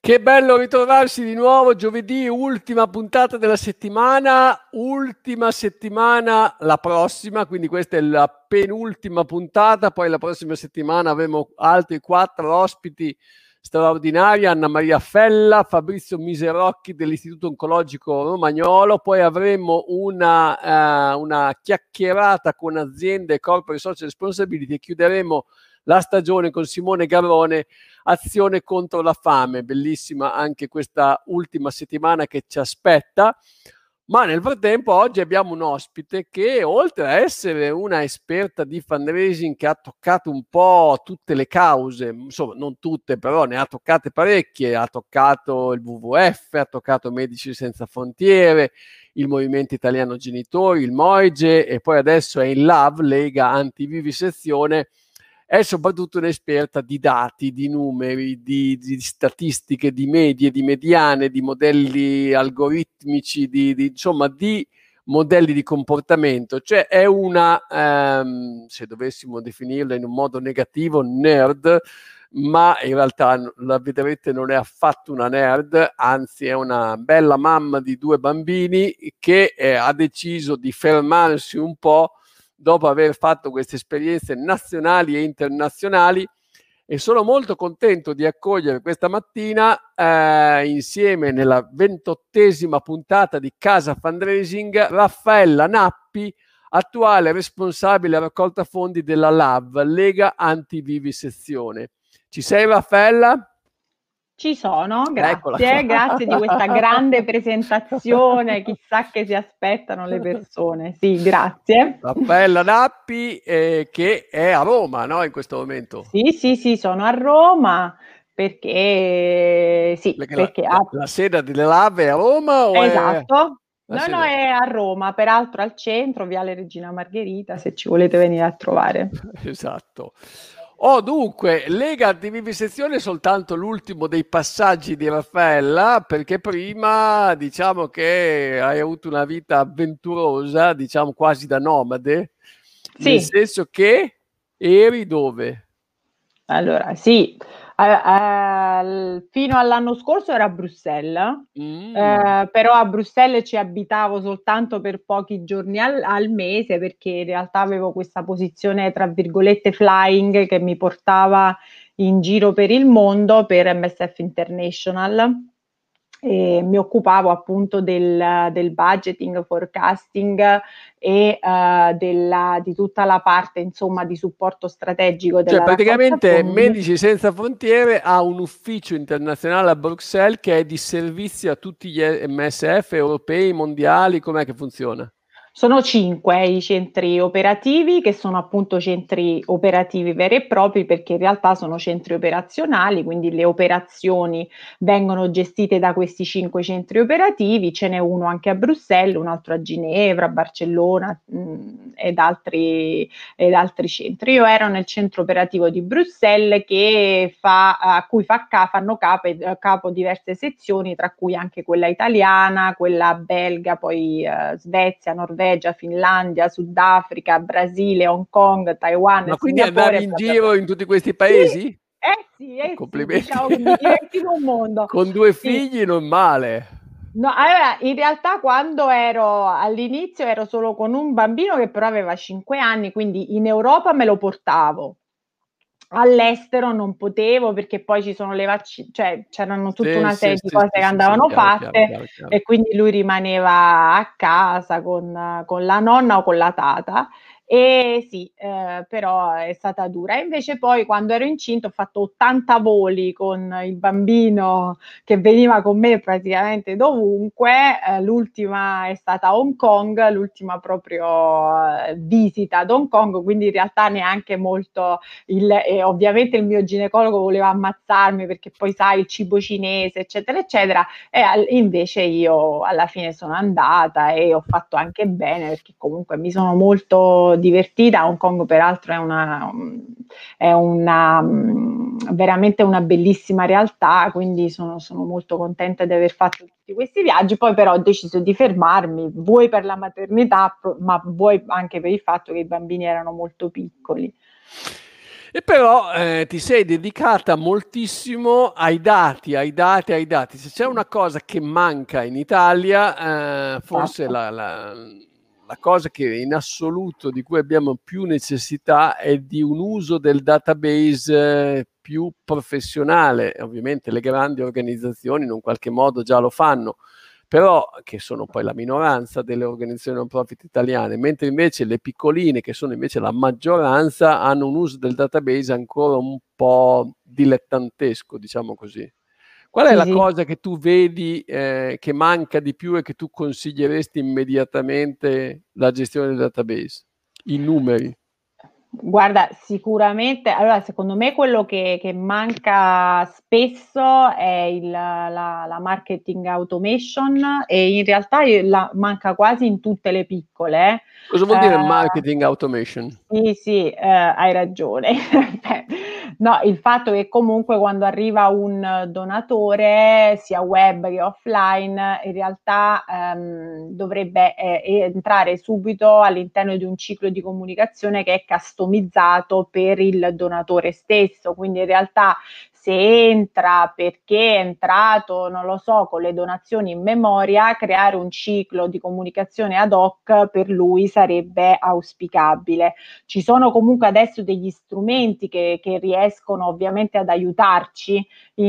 Che bello ritrovarsi di nuovo giovedì, ultima puntata della settimana, ultima settimana la prossima, quindi questa è la penultima puntata, poi la prossima settimana avremo altri 4 ospiti straordinari, Anna Maria Fella, Fabrizio Miserocchi dell'Istituto Oncologico Romagnolo, poi avremo una chiacchierata con aziende e corporate social responsibility e chiuderemo la stagione con Simone Garrone, Azione contro la fame. Bellissima anche questa ultima settimana che ci aspetta. Ma nel frattempo oggi abbiamo un ospite che, oltre a essere una esperta di fundraising che ha toccato un po' tutte le cause, insomma non tutte, però ne ha toccate parecchie, ha toccato il WWF, ha toccato Medici Senza Frontiere, il Movimento Italiano Genitori, il MOIGE, e poi adesso è in LAV, Lega Antivivisezione. È soprattutto un'esperta di dati, di numeri, di statistiche, di medie, di mediane, di modelli algoritmici, insomma di modelli di comportamento. Cioè è una, se dovessimo definirla in un modo negativo, nerd, ma in realtà la vedrete non è affatto una nerd, anzi è una bella mamma di 2 bambini che ha deciso di fermarsi un po' dopo aver fatto queste esperienze nazionali e internazionali, e sono molto contento di accogliere questa mattina insieme nella 28ª puntata di Casa Fundraising Raffaella Nappi, attuale responsabile raccolta fondi della LAV, Lega Antivivisezione. Ci sei, Raffaella? Ci sono, grazie di questa grande presentazione, chissà che si aspettano le persone. Sì, grazie. Raffaella Nappi che è a Roma, no, in questo momento? Sì, sono a Roma perché la sede delle LAV è a Roma o esatto. No, è a Roma, peraltro al centro, Viale Regina Margherita, se ci volete venire a trovare. Esatto. Dunque, Lega Antivivisezione è soltanto l'ultimo dei passaggi di Raffaella, perché prima diciamo che hai avuto una vita avventurosa, diciamo quasi da nomade, sì. Nel senso che eri dove? Allora, sì, fino all'anno scorso ero a Bruxelles, però a Bruxelles ci abitavo soltanto per pochi giorni al mese, perché in realtà avevo questa posizione, tra virgolette, flying, che mi portava in giro per il mondo per MSF International. E mi occupavo appunto del budgeting, forecasting e di tutta la parte, insomma, di supporto strategico della praticamente Medici Senza Frontiere ha un ufficio internazionale a Bruxelles che è di servizio a tutti gli MSF europei, mondiali. Com'è che funziona? Sono 5 i centri operativi, che sono appunto centri operativi veri e propri, perché in realtà sono centri operazionali, quindi le operazioni vengono gestite da questi 5 centri operativi. Ce n'è uno anche a Bruxelles, un altro a Ginevra, Barcellona ed altri centri. Io ero nel centro operativo di Bruxelles, a cui fanno capo diverse sezioni, tra cui anche quella italiana, quella belga, poi Svezia, Norvegia, Finlandia, Sudafrica, Brasile, Hong Kong, Taiwan, Ma quindi Singapore. andavi in giro in tutti questi paesi? Sì, complimenti. diciamo che mi divertivo un mondo. Con 2 figli non male. No, allora, in realtà quando ero all'inizio ero solo con un bambino che però aveva 5 anni, quindi in Europa me lo portavo. All'estero non potevo, perché poi ci sono le vaccine, cioè c'erano tutta una serie di cose che andavano fatte, chiaro. E quindi lui rimaneva a casa con la nonna o con la tata. E sì, però è stata dura. E invece poi quando ero incinta ho fatto 80 voli con il bambino che veniva con me praticamente dovunque. L'ultima è stata a Hong Kong, l'ultima proprio visita ad Hong Kong, quindi in realtà neanche molto ovviamente il mio ginecologo voleva ammazzarmi, perché poi sai il cibo cinese eccetera eccetera, e invece io alla fine sono andata e ho fatto anche bene, perché comunque mi sono molto divertita. Hong Kong peraltro è veramente una bellissima realtà, quindi sono molto contenta di aver fatto tutti questi viaggi. Poi però ho deciso di fermarmi, vuoi per la maternità, ma vuoi anche per il fatto che i bambini erano molto piccoli. E però ti sei dedicata moltissimo ai dati, ai dati, ai dati. Se c'è una cosa che manca in Italia, forse Esatto. la cosa che in assoluto di cui abbiamo più necessità è di un uso del database più professionale. Ovviamente le grandi organizzazioni in un qualche modo già lo fanno, però che sono poi la minoranza delle organizzazioni non profit italiane, mentre invece le piccoline, che sono invece la maggioranza, hanno un uso del database ancora un po' dilettantesco, diciamo così. Qual è Sì, la sì. cosa che tu vedi che manca di più e che tu consiglieresti immediatamente la gestione del database? I numeri. Guarda, sicuramente, allora secondo me quello che manca spesso è la marketing automation e in realtà manca quasi in tutte le piccole. Cosa vuol dire marketing automation? Sì, sì, hai ragione. Beh, no, il fatto che comunque quando arriva un donatore, sia web che offline, in realtà dovrebbe entrare subito all'interno di un ciclo di comunicazione che è customizzato per il donatore stesso. Quindi in realtà se entra perché è entrato, non lo so, con le donazioni in memoria, creare un ciclo di comunicazione ad hoc per lui sarebbe auspicabile. Ci sono comunque adesso degli strumenti che riescono ovviamente ad aiutarci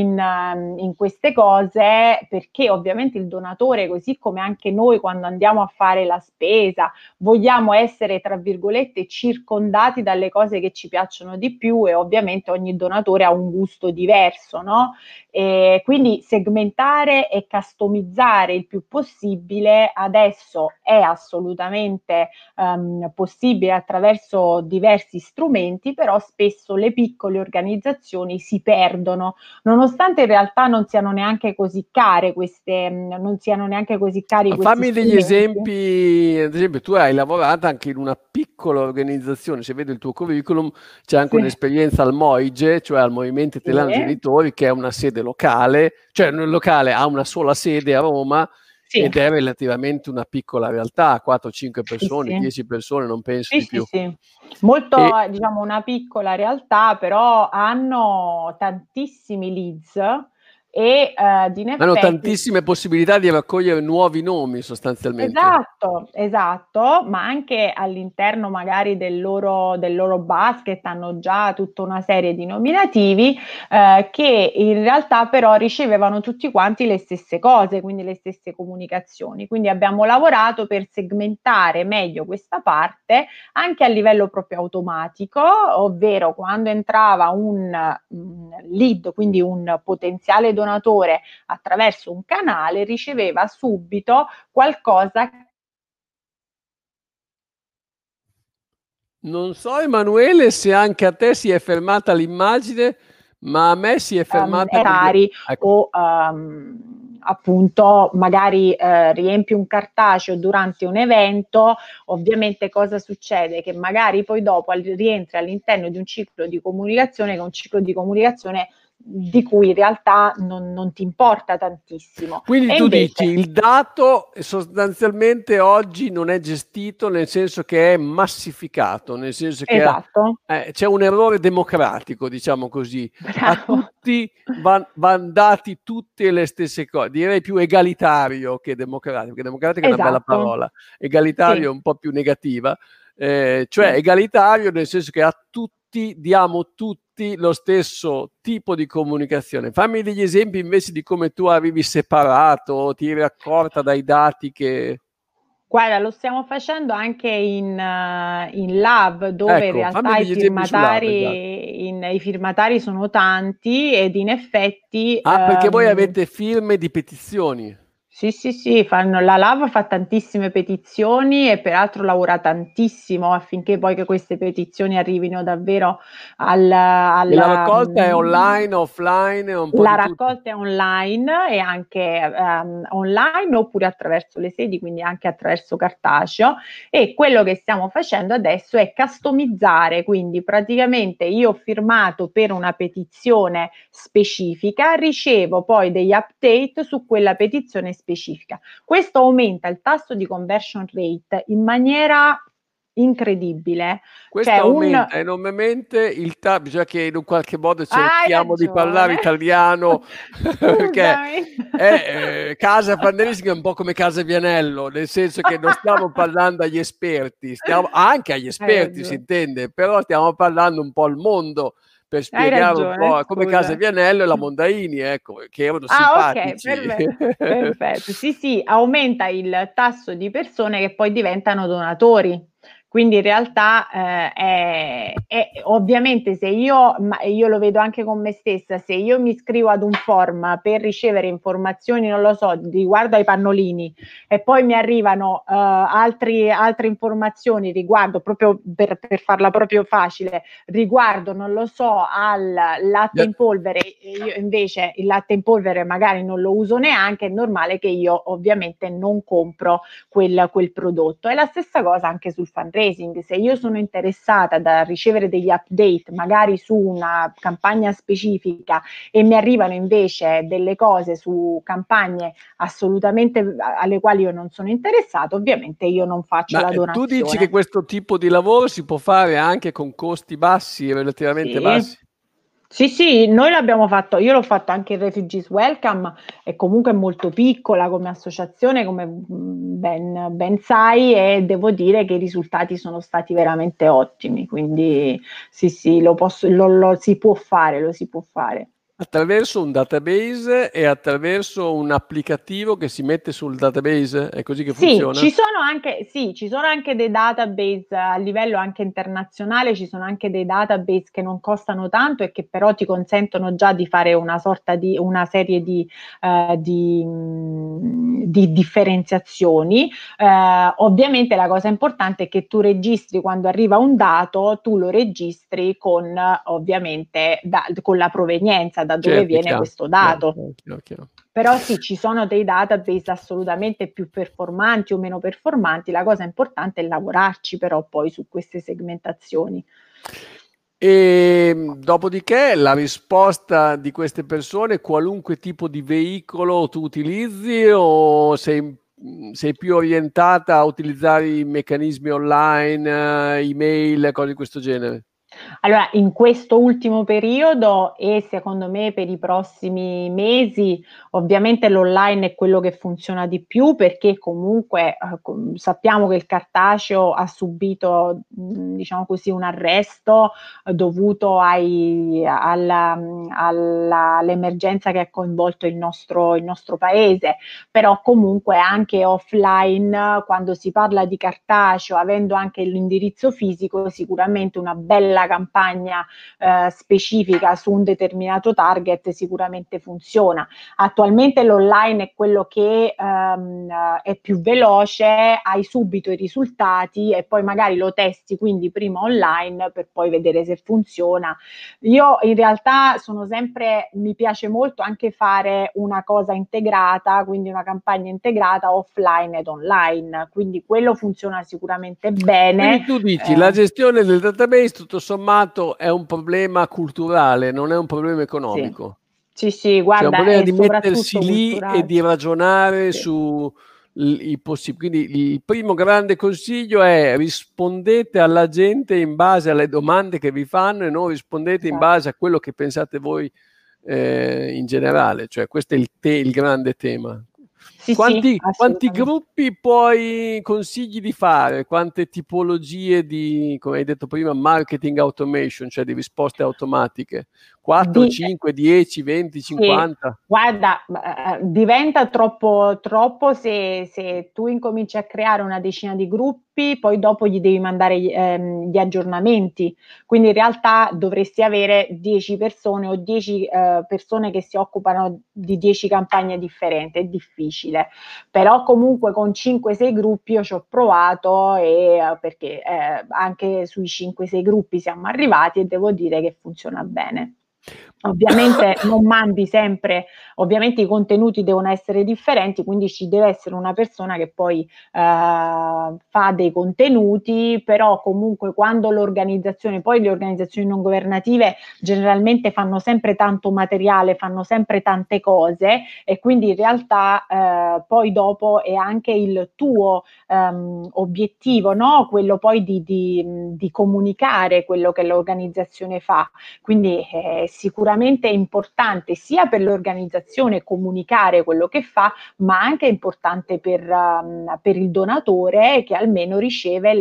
in queste cose, perché ovviamente il donatore, così come anche noi quando andiamo a fare la spesa, vogliamo essere, tra virgolette, circondati dalle cose che ci piacciono di più e ovviamente ogni donatore ha un gusto diverso, no? E quindi segmentare e customizzare il più possibile adesso è assolutamente possibile attraverso diversi strumenti, però spesso le piccole organizzazioni si perdono, nonostante in realtà non siano neanche così care non siano neanche così cari Ma questi fammi degli strumenti. esempi, ad esempio tu hai lavorato anche in una piccola organizzazione, se vedo il tuo curriculum c'è anche Sì, un'esperienza al MOIGE, cioè al Movimento sì, Italiano Genitori, che è una sede locale, cioè un locale ha una sola sede a Roma sì, ed è relativamente una piccola realtà, 4-5 sì, persone, sì. 10 persone, non penso Sì, di sì, più. sì. Molto, E diciamo, una piccola realtà, però hanno tantissimi leads e in hanno effetti tantissime possibilità di raccogliere nuovi nomi sostanzialmente. esatto, esatto, ma anche all'interno magari del loro basket hanno già tutta una serie di nominativi, che in realtà però ricevevano tutti quanti le stesse cose, quindi le stesse comunicazioni. Quindi abbiamo lavorato per segmentare meglio questa parte anche a livello proprio automatico, ovvero quando entrava un lead, quindi un potenziale donatore attraverso un canale, riceveva subito qualcosa. Non so, Emanuele, se anche a te si è fermata l'immagine, ma a me si è fermata ecco. O appunto magari riempi un cartaceo durante un evento, ovviamente cosa succede? Che magari poi dopo rientri all'interno di un ciclo di comunicazione, che è un ciclo di comunicazione di cui in realtà non ti importa tantissimo. Quindi E tu dici invece, il dato sostanzialmente oggi non è gestito nel senso che è massificato, nel senso che esatto, c'è un errore democratico, diciamo così. A bravo, tutti van dati tutte le stesse cose, direi più egalitario che democratico, perché democratico è una bella esatto, parola, egalitario sì. è un po' più negativa, cioè egalitario nel senso che a tutti diamo tutti lo stesso tipo di comunicazione. Fammi degli esempi invece di come tu arrivi separato, ti eri accorta dai dati che... Guarda, lo stiamo facendo anche in lab, dove in Ecco, fammi realtà i degli esempi sull'hub, esatto. firmatari sono tanti ed in effetti Ah, perché voi avete firme di petizioni. sì, sì, sì, la Lava fa tantissime petizioni e peraltro lavora tantissimo affinché poi che queste petizioni arrivino davvero E la alla, raccolta è online, offline, è un po' la di tutto. raccolta è online e anche online oppure attraverso le sedi, quindi anche attraverso cartaceo. E quello che stiamo facendo adesso è customizzare, quindi praticamente io ho firmato per una petizione specifica, ricevo poi degli update su quella petizione specifica. Questo aumenta il tasso di conversion rate in maniera incredibile. Questo Cioè aumenta enormemente il bisogna che in un qualche modo hai cerchiamo di parlare ragione. italiano perché Scusami. Casa Panderistica è un po' come Casa Vianello, nel senso che non stiamo parlando agli esperti, stiamo anche agli Hai esperti si ragione. intende, però stiamo parlando un po' al mondo per Hai spiegare un ragione, po' come Casa scusa. Vianello e la Mondaini, ecco, che erano Ah, ok, simpatici. perfetto. Sì, sì, aumenta il tasso di persone che poi diventano donatori. Quindi in realtà ovviamente se io, ma io lo vedo anche con me stessa, se io mi iscrivo ad un forum per ricevere informazioni, non lo so, riguardo ai pannolini e poi mi arrivano altre informazioni riguardo, proprio per farla proprio facile, riguardo, non lo so, al latte in polvere, io invece il latte in polvere magari non lo uso neanche, è normale che io ovviamente non compro quel prodotto. È la stessa cosa anche sul fundraising, se io sono interessata da ricevere degli update magari su una campagna specifica e mi arrivano invece delle cose su campagne assolutamente alle quali io non sono interessato, ovviamente io non faccio Ma la tu dici che donazione. questo tipo di lavoro si può fare anche con costi bassi, relativamente Sì. bassi? Sì, sì, noi l'abbiamo fatto, io l'ho fatto anche in Refugees Welcome, è comunque molto piccola come associazione, come ben sai, e devo dire che i risultati sono stati veramente ottimi, quindi sì, sì, lo si può fare, lo si può fare. Attraverso un database e attraverso un applicativo che si mette sul database? È così che Sì, funziona? ci sono anche dei database a livello anche internazionale, ci sono anche dei database che non costano tanto e che però ti consentono già di fare una serie di differenziazioni. Ovviamente la cosa importante è che tu registri quando arriva un dato, tu lo registri con ovviamente con la provenienza da dove Certo, è viene chiaro, questo chiaro, dato. chiaro, chiaro, chiaro. Però sì, ci sono dei database assolutamente più performanti o meno performanti, la cosa importante è lavorarci però poi su queste segmentazioni. E dopodiché la risposta di queste persone, qualunque tipo di veicolo tu utilizzi o sei più orientata a utilizzare i meccanismi online, email, cose di questo genere? Allora, in questo ultimo periodo e secondo me per i prossimi mesi, ovviamente l'online è quello che funziona di più perché comunque sappiamo che il cartaceo ha subito, diciamo così, un arresto dovuto all'emergenza che ha coinvolto il nostro paese, però comunque anche offline, quando si parla di cartaceo, avendo anche l'indirizzo fisico, sicuramente una bella campagna specifica su un determinato target sicuramente funziona. Attualmente l'online è quello che è più veloce, hai subito i risultati e poi magari lo testi quindi prima online per poi vedere se funziona. Io in realtà mi piace molto anche fare una cosa integrata, quindi una campagna integrata offline ed online, quindi quello funziona sicuramente bene. Quindi tu dici la gestione del database tutto sommato è un problema culturale, non è un problema Sì, economico. sì, sì, Cioè un guarda, problema è di mettersi soprattutto lì e culturale. di ragionare Sì, su i quindi il primo grande consiglio è rispondete alla gente in base alle domande che vi fanno e non rispondete in esatto. base a quello che pensate voi in generale, cioè questo è il grande tema. Sì, sì, Quanti assolutamente. gruppi poi consigli di fare? Quante tipologie di, come hai detto prima, marketing automation, cioè di risposte automatiche? 4, Di 5, 10, 20, Sì, 50? guarda, diventa troppo se tu incominci a creare una decina di gruppi, poi dopo gli devi mandare gli aggiornamenti. Quindi in realtà dovresti avere 10 persone o 10 persone che si occupano di 10 campagne differenti. È difficile. Però comunque con 5-6 gruppi io ci ho provato perché anche sui 5-6 gruppi siamo arrivati e devo dire che funziona bene. Ovviamente non mandi sempre, ovviamente i contenuti devono essere differenti, quindi ci deve essere una persona che poi fa dei contenuti, però comunque quando l'organizzazione, poi le organizzazioni non governative generalmente fanno sempre tanto materiale, fanno sempre tante cose e quindi in realtà poi dopo è anche il tuo obiettivo, no? Quello poi di comunicare quello che l'organizzazione fa. Quindi sicuramente è importante sia per l'organizzazione comunicare quello che fa, ma anche è importante per il donatore che almeno riceve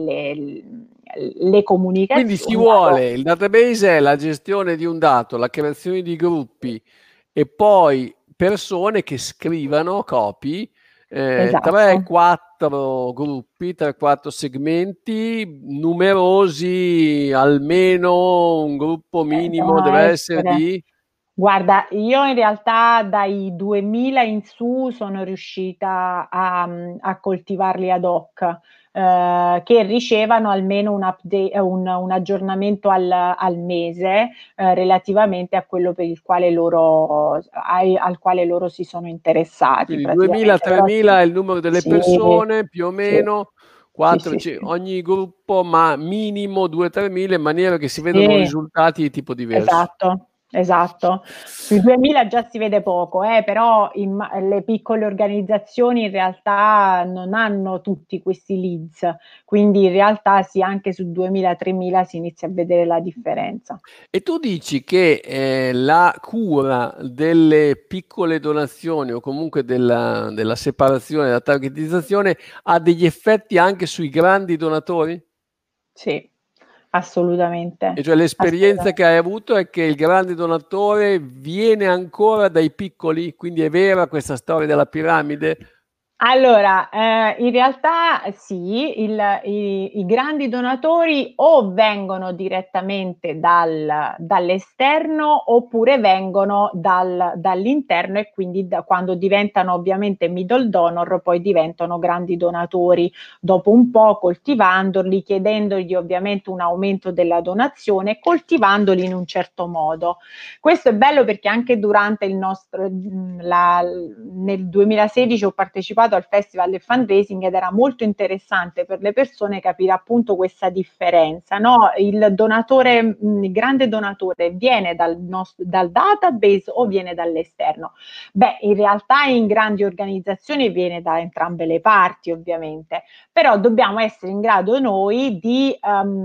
le Quindi ci comunicazioni. vuole, il database è la gestione di un dato, la creazione di gruppi e poi persone che scrivano copy, Esatto, 3-4 gruppi, 3-4 segmenti, numerosi, almeno un gruppo minimo devono deve essere essere. di... Guarda, io in realtà dai 2000 in su sono riuscita a coltivarli ad hoc, che ricevano almeno un aggiornamento al mese, relativamente a quello per il quale al quale loro si sono interessati Quindi praticamente. Però sì, 2000-3000 è il numero delle sì, persone, più o sì, meno, sì, 4, sì, sì. ogni gruppo, ma minimo 2-3 mila, in maniera che si vedono Sì. risultati di tipo diverso. Esatto, esatto. Sui 2000 già si vede poco, però le piccole organizzazioni in realtà non hanno tutti questi leads, quindi in realtà sì, anche su 2000-3000 si inizia a vedere la differenza. E tu dici che la cura delle piccole donazioni o comunque della separazione, della targetizzazione ha degli effetti anche sui grandi donatori? Sì, E assolutamente, cioè l'esperienza che assolutamente. hai avuto è che il grande donatore viene ancora dai piccoli? Quindi è vera questa storia della piramide? Allora, in realtà sì, i grandi donatori o vengono direttamente dall'esterno oppure vengono dall'interno e quindi quando diventano ovviamente middle donor poi diventano grandi donatori dopo un po' coltivandoli, chiedendogli ovviamente un aumento della donazione e coltivandoli in un certo modo. Questo è bello perché anche durante nel 2016 ho partecipato al Festival del Fundraising ed era molto interessante per le persone capire appunto questa differenza, no? Il grande donatore viene dal database o viene dall'esterno? Beh, in realtà in grandi organizzazioni viene da entrambe le parti, ovviamente, però dobbiamo essere in grado noi di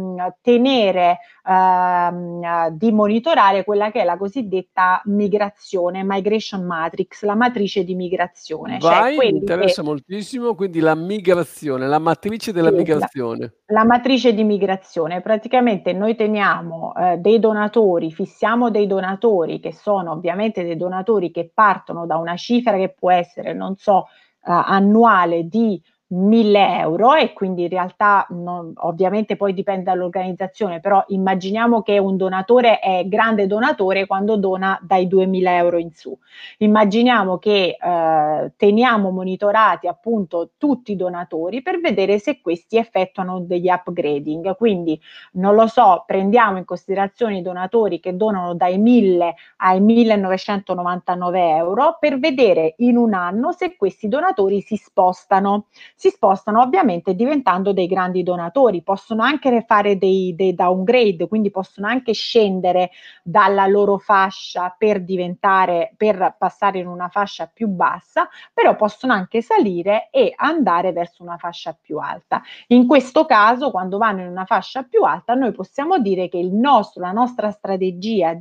di monitorare quella che è la cosiddetta migration matrix, la matrice di migrazione, cioè Vai, mi quelli che interessa moltissimo, quindi la migrazione, la matrice della sì, migrazione. la matrice di migrazione, praticamente noi teniamo dei donatori, fissiamo dei donatori che sono ovviamente dei donatori che partono da una cifra che può essere, non so, annuale di 1.000 euro e quindi in realtà ovviamente poi dipende dall'organizzazione, però immaginiamo che un donatore è grande donatore quando dona dai 2.000 euro in su. Immaginiamo che teniamo monitorati appunto tutti i donatori per vedere se questi effettuano degli upgrading. Quindi non lo so, prendiamo in considerazione i donatori che donano dai 1.000 ai 1.999 euro per vedere in un anno se questi donatori si spostano. Si spostano ovviamente diventando dei grandi donatori, possono anche fare dei downgrade, quindi possono anche scendere dalla loro fascia per passare in una fascia più bassa, però possono anche salire e andare verso una fascia più alta. In questo caso, quando vanno in una fascia più alta, noi possiamo dire che la nostra strategia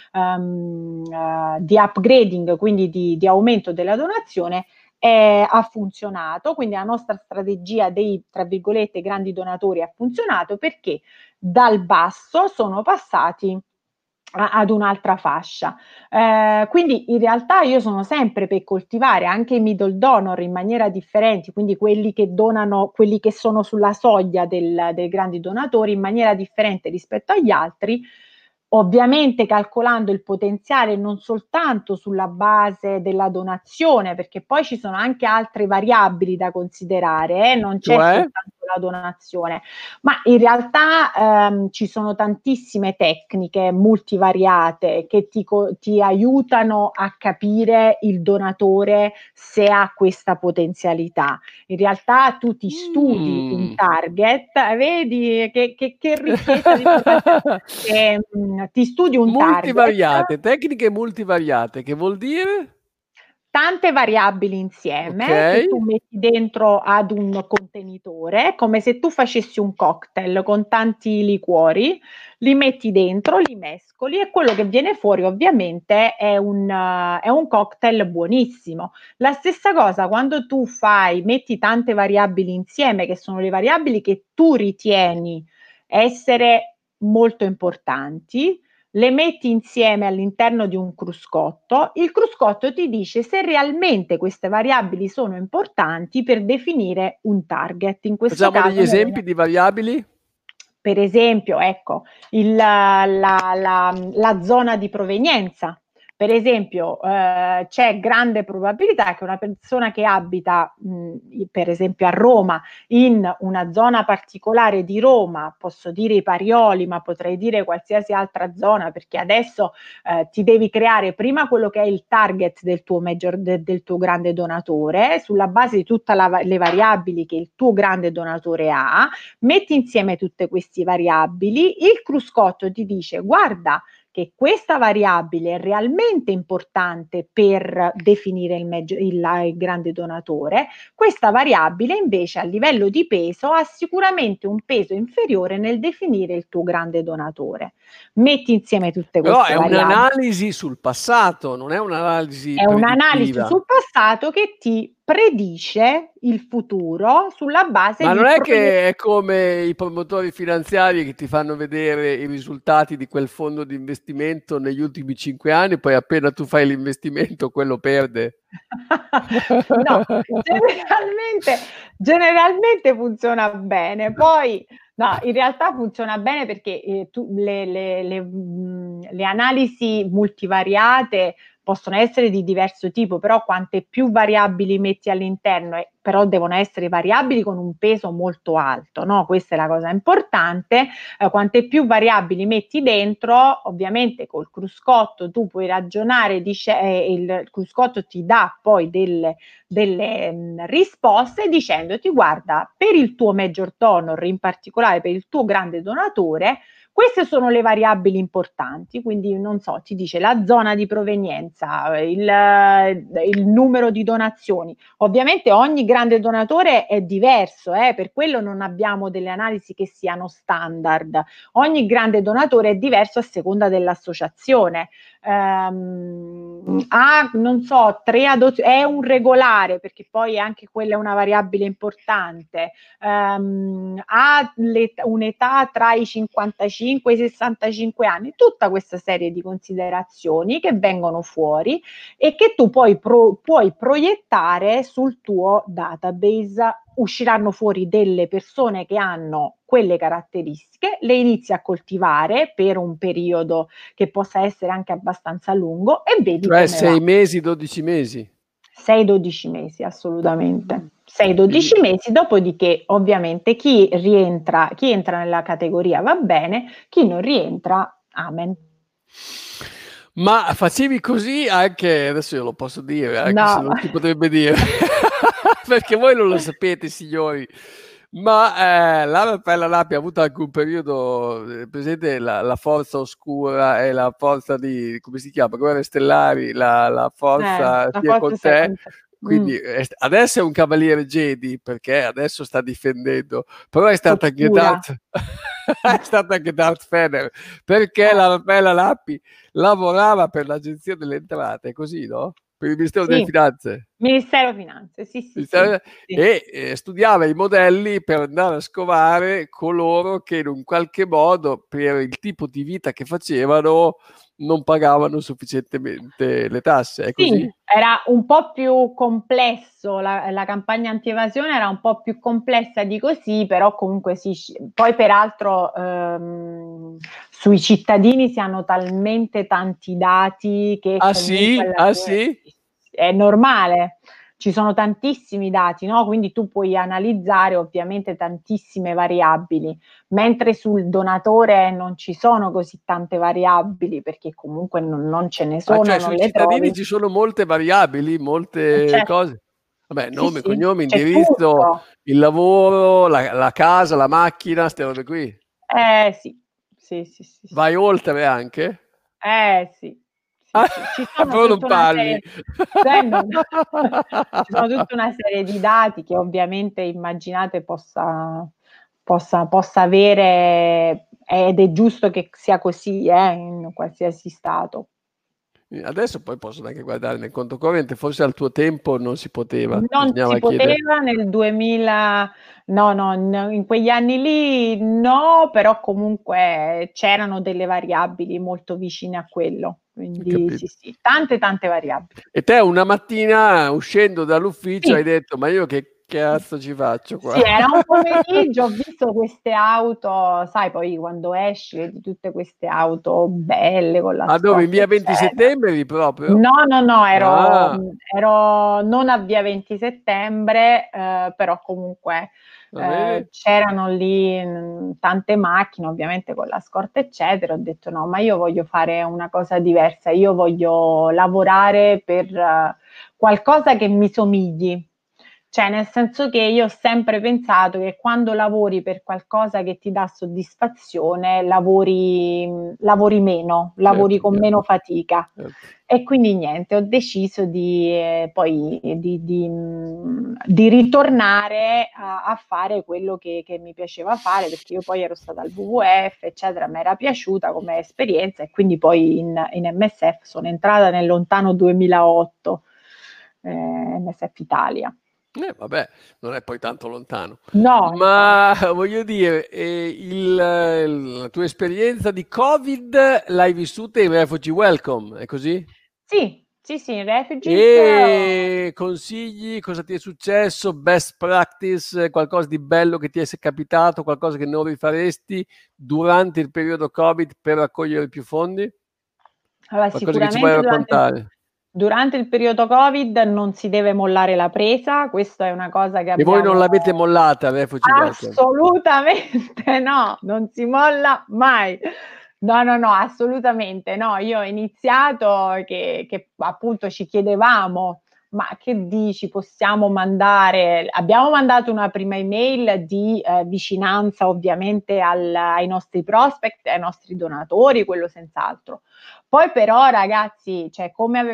di upgrading, quindi di aumento della donazione, ha funzionato, quindi la nostra strategia dei, tra virgolette, grandi donatori ha funzionato perché dal basso sono passati ad un'altra fascia. Quindi in realtà io sono sempre per coltivare anche i middle donor in maniera differente, quindi quelli che donano, quelli che sono sulla soglia dei grandi donatori in maniera differente rispetto agli altri, ovviamente calcolando il potenziale non soltanto sulla base della donazione, perché poi ci sono anche altre variabili da considerare, non c'è Cioè? soltanto la donazione. Ma in realtà ci sono tantissime tecniche multivariate che ti aiutano a capire il donatore se ha questa potenzialità. In realtà tu ti studi un target, vedi che ricchezza di informazioni. Ti studi un Multivariate, target. tecniche multivariate, che vuol dire? Tante variabili insieme che Ok. tu metti dentro ad un contenitore, come se tu facessi un cocktail con tanti liquori, li metti dentro, li mescoli e quello che viene fuori ovviamente è un cocktail buonissimo. La stessa cosa quando tu metti tante variabili insieme, che sono le variabili che tu ritieni essere molto importanti, le metti insieme all'interno di un cruscotto, il cruscotto ti dice se realmente queste variabili sono importanti per definire un target. In questo Facciamo degli caso esempi di variabili? per esempio, ecco, la zona di provenienza. Per esempio, c'è grande probabilità che una persona che abita, per esempio a Roma, in una zona particolare di Roma, posso dire i Parioli, ma potrei dire qualsiasi altra zona, perché adesso ti devi creare prima quello che è il target del tuo grande donatore, sulla base di tutte le variabili che il tuo grande donatore ha, metti insieme tutte queste variabili, il cruscotto ti dice guarda che questa variabile è realmente importante per definire il grande donatore, questa variabile invece a livello di peso ha sicuramente un peso inferiore nel definire il tuo grande donatore. Metti insieme tutte Però queste è variabili. un'analisi sul passato, non è un'analisi È un'analisi predittiva. sul passato che ti predice il futuro sulla base Ma non di è proiezioni. che è come i promotori finanziari che ti fanno vedere i risultati di quel fondo di investimento negli ultimi 5 anni, poi appena tu fai l'investimento quello perde. No, generalmente funziona bene. Poi no, in realtà funziona bene perché le analisi multivariate possono essere di diverso tipo, però quante più variabili metti all'interno, però devono essere variabili con un peso molto alto, no? Questa è la cosa importante. Quante più variabili metti dentro, ovviamente col cruscotto tu puoi ragionare, il cruscotto ti dà poi delle risposte dicendoti guarda, per il tuo major donor, in particolare per il tuo grande donatore, queste sono le variabili importanti, quindi non so, ti dice la zona di provenienza, il numero di donazioni. Ovviamente ogni grande donatore è diverso, per quello non abbiamo delle analisi che siano standard. Ogni grande donatore è diverso a seconda dell'associazione. Non so, 3 adozioni, è un regolare, perché poi anche quella è una variabile importante. Ha un'età tra i 55 e i 65 anni, tutta questa serie di considerazioni che vengono fuori e che tu poi puoi proiettare sul tuo database. Usciranno fuori delle persone che hanno quelle caratteristiche, le inizi a coltivare per un periodo che possa essere anche abbastanza lungo e vedi Cioè come va. 6 mesi, 12 mesi. 6-12 mesi, assolutamente. 6-12 Quindi, mesi, dopodiché ovviamente chi entra nella categoria va bene, chi non rientra, amen. ma facevi così anche, adesso io lo posso dire, anche se No. non si potrebbe dire, perché voi non lo sapete, signori. Ma la Raffaella Lappi ha avuto anche un periodo, presente la forza oscura e la forza di, come si chiama, Guerre Stellari, la forza La sia forza con sia te. con te. Quindi adesso è un cavaliere Jedi perché adesso sta difendendo, però è stata anche Oscura. Darth, è stata anche Darth Vader perché la Raffaella Lappi lavorava per l'Agenzia delle Entrate, così, no? Per il Ministero delle Sì, Finanze. Ministero Finanze, sì, sì, sì. Sì. E studiava i modelli per andare a scovare coloro che in un qualche modo per il tipo di vita che facevano non pagavano sufficientemente le tasse, è Sì, così? era un po' più complesso, la campagna antievasione era un po' più complessa di così, però comunque sì, poi peraltro sui cittadini si hanno talmente tanti dati che Ah comunque sì? alla Ah fine sì? è normale. ci sono tantissimi dati, no? Quindi tu puoi analizzare ovviamente tantissime variabili, mentre sul donatore non ci sono così tante variabili, perché comunque non ce ne Ah, sono, cioè non sui le cittadini trovi. ci sono molte variabili, molte Certo. cose. Vabbè, Sì, nome, sì, cognome, c'è indirizzo, tutto. il lavoro, la casa, la macchina, ste robe qui. Sì, sì, sì, sì, sì. Vai oltre anche? Sì, sì, sì. Ci sono Però non tutta una parli. serie no, ci sono tutta una serie di dati che ovviamente immaginate possa avere, ed è giusto che sia così, in qualsiasi stato. Adesso poi possono anche guardare nel conto corrente, forse al tuo tempo non si poteva, Non si bisognava chiedere. poteva nel 2000, no, in quegli anni lì no, però comunque c'erano delle variabili molto vicine a quello, Ho quindi sì, capito. sì, tante variabili. E te una mattina uscendo dall'ufficio hai Sì. detto: "Ma io che cazzo ci faccio qua?" Sì, era un pomeriggio, ho visto queste auto, sai poi quando esci vedi tutte queste auto belle con la A dove? In scorta, via 20 eccetera. settembre eri proprio? No, Ah, ero non a via 20 settembre, però comunque, va bene. c'erano lì, tante macchine, ovviamente con la scorta, eccetera. Ho detto: "No, ma io voglio fare una cosa diversa, io voglio lavorare per qualcosa che mi somigli". Cioè, nel senso che io ho sempre pensato che quando lavori per qualcosa che ti dà soddisfazione, lavori meno, lavori Certo, con certo, meno fatica. certo. E quindi niente, ho deciso poi di ritornare a fare quello che mi piaceva fare, perché io poi ero stata al WWF, eccetera, m'era piaciuta come esperienza e quindi poi in MSF sono entrata nel lontano 2008, MSF Italia. Vabbè, non è poi tanto lontano. No, Ma infatti. voglio dire, la tua esperienza di Covid l'hai vissuta in Refugee Welcome, è così? Sì, sì, sì, in Refugees. E consigli, cosa ti è successo? Best practice, qualcosa di bello che ti è capitato, qualcosa che non rifaresti durante il periodo Covid per raccogliere più fondi? Allora, Qualcosa che ci vuoi sicuramente raccontare? durante il periodo Covid non si deve mollare la presa, questa è una cosa che E voi non abbiamo. l'avete mollata, Refugee Welcome? Assolutamente no, non si molla mai. No, assolutamente no. Io ho iniziato che appunto ci chiedevamo: "Ma che dici, possiamo mandare", abbiamo mandato una prima email di, vicinanza ovviamente ai nostri prospect, ai nostri donatori, quello senz'altro. Poi però ragazzi, cioè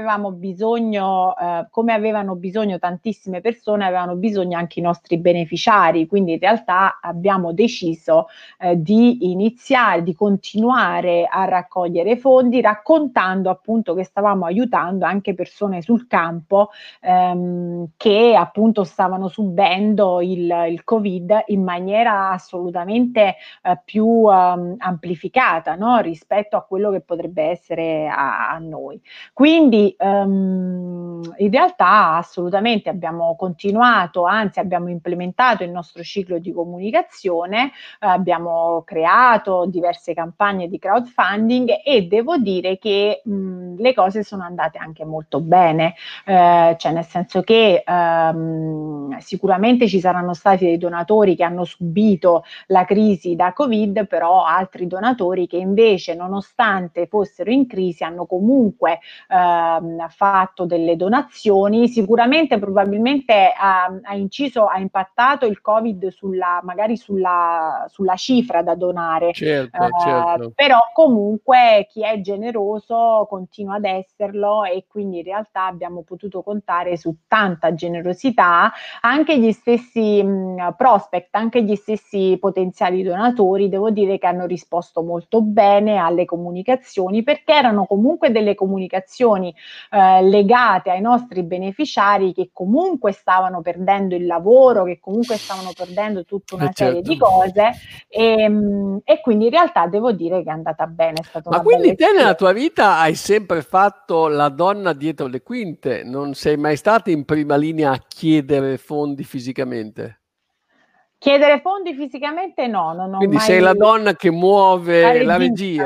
come avevano bisogno tantissime persone, avevano bisogno anche i nostri beneficiari, quindi in realtà abbiamo deciso, di continuare a raccogliere fondi, raccontando appunto che stavamo aiutando anche persone sul campo, che appunto stavano subendo il Covid in maniera assolutamente, più, amplificata, no, rispetto a quello che potrebbe essere a noi. Quindi, in realtà assolutamente abbiamo continuato, anzi abbiamo implementato il nostro ciclo di comunicazione, abbiamo creato diverse campagne di crowdfunding e devo dire che, le cose sono andate anche molto bene, cioè nel senso che, sicuramente ci saranno stati dei donatori che hanno subito la crisi da Covid, però altri donatori che invece, nonostante fossero in crisi, hanno comunque fatto delle donazioni. Sicuramente probabilmente ha impattato il Covid magari sulla cifra da donare, Certo, certo. però comunque chi è generoso continua ad esserlo e quindi in realtà abbiamo potuto contare su tanta generosità. Anche gli stessi prospect, anche gli stessi potenziali donatori, devo dire che hanno risposto molto bene alle comunicazioni, perché erano comunque delle comunicazioni legate ai nostri beneficiari che comunque stavano perdendo il lavoro, che comunque stavano perdendo tutta una serie Certo. di cose, e quindi in realtà devo dire che è andata bene, è stata Ma una bella quindi te nella esperienza. tua vita hai sempre fatto la donna dietro le quinte, non sei mai stata in prima linea a chiedere fondi fisicamente? Chiedere fondi fisicamente no, non ho Quindi sei mai. la donna che La muove la regista. regia.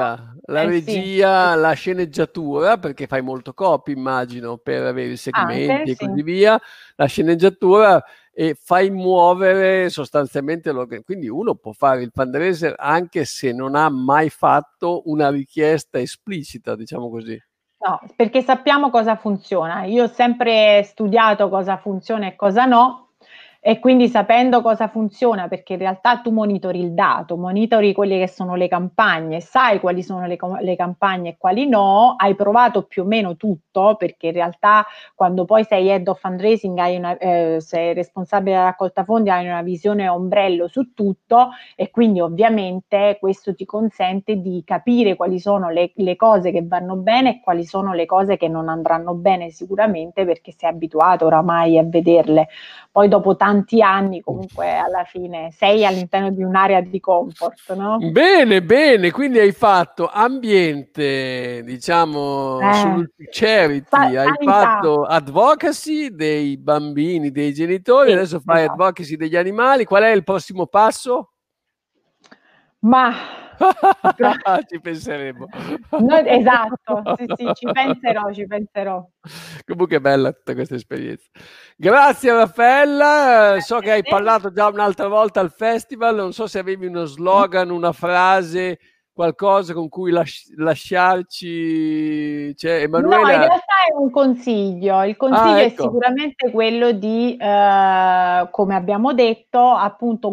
la Sì. regia, la sceneggiatura, perché fai molto copy, immagino, per avere i Anche, segmenti e sì. così via, la sceneggiatura e fai muovere sostanzialmente quindi uno può fare il fundraiser anche se non ha mai fatto una richiesta esplicita, diciamo così. No, perché sappiamo cosa funziona. Io ho sempre studiato cosa funziona e cosa no, e quindi sapendo cosa funziona, perché in realtà tu monitori il dato, monitori quelle che sono le campagne, sai quali sono le campagne e quali no, hai provato più o meno tutto, perché in realtà quando poi sei head of fundraising, sei responsabile della raccolta fondi, hai una visione ombrello su tutto, e quindi ovviamente questo ti consente di capire quali sono le cose che vanno bene e quali sono le cose che non andranno bene sicuramente, perché sei abituato oramai a vederle. Poi dopo tanti anni comunque alla fine sei all'interno di un'area di comfort, no? Bene, bene, quindi hai fatto ambiente, diciamo, sul charity, hai Sanità. fatto advocacy dei bambini, dei genitori, Sì, adesso fai esatto. advocacy degli animali. Qual è il prossimo passo? Ma Ci penseremo. esatto, sì, sì, ci penserò, ci penserò. Comunque è bella tutta questa esperienza. Grazie Raffaella, so che Grazie a hai te. parlato già un'altra volta al festival, non so se avevi uno slogan, una frase, qualcosa con cui lasciarci. C'è No, in Emanuela. realtà è un consiglio. Il Ah, consiglio è ecco. sicuramente quello di, come abbiamo detto, appunto,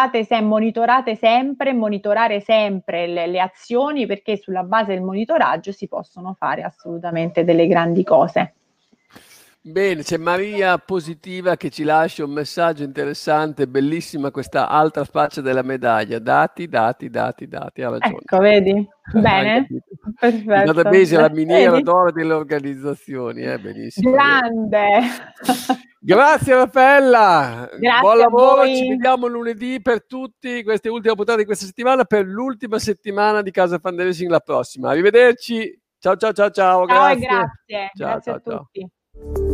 monitorare sempre le azioni, perché sulla base del monitoraggio si possono fare assolutamente delle grandi cose. Bene, c'è Maria Positiva che ci lascia un messaggio interessante, bellissima questa altra faccia della medaglia. Dati, dati, dati, dati, ha ragione. Ecco, vedi? Hai Bene, capito. Il perfetto. database è la miniera Vedi? d'oro delle organizzazioni, benissimo, vero. Grande. Grazie Raffaella, buon Grazie a lavoro, ci voi. vediamo lunedì per tutti, questa è l'ultima puntata di questa settimana, per l'ultima settimana di Casa Fundraising la prossima. Arrivederci, ciao ciao ciao ciao, Ciao e grazie. grazie. Ciao Grazie a ciao ciao. tutti.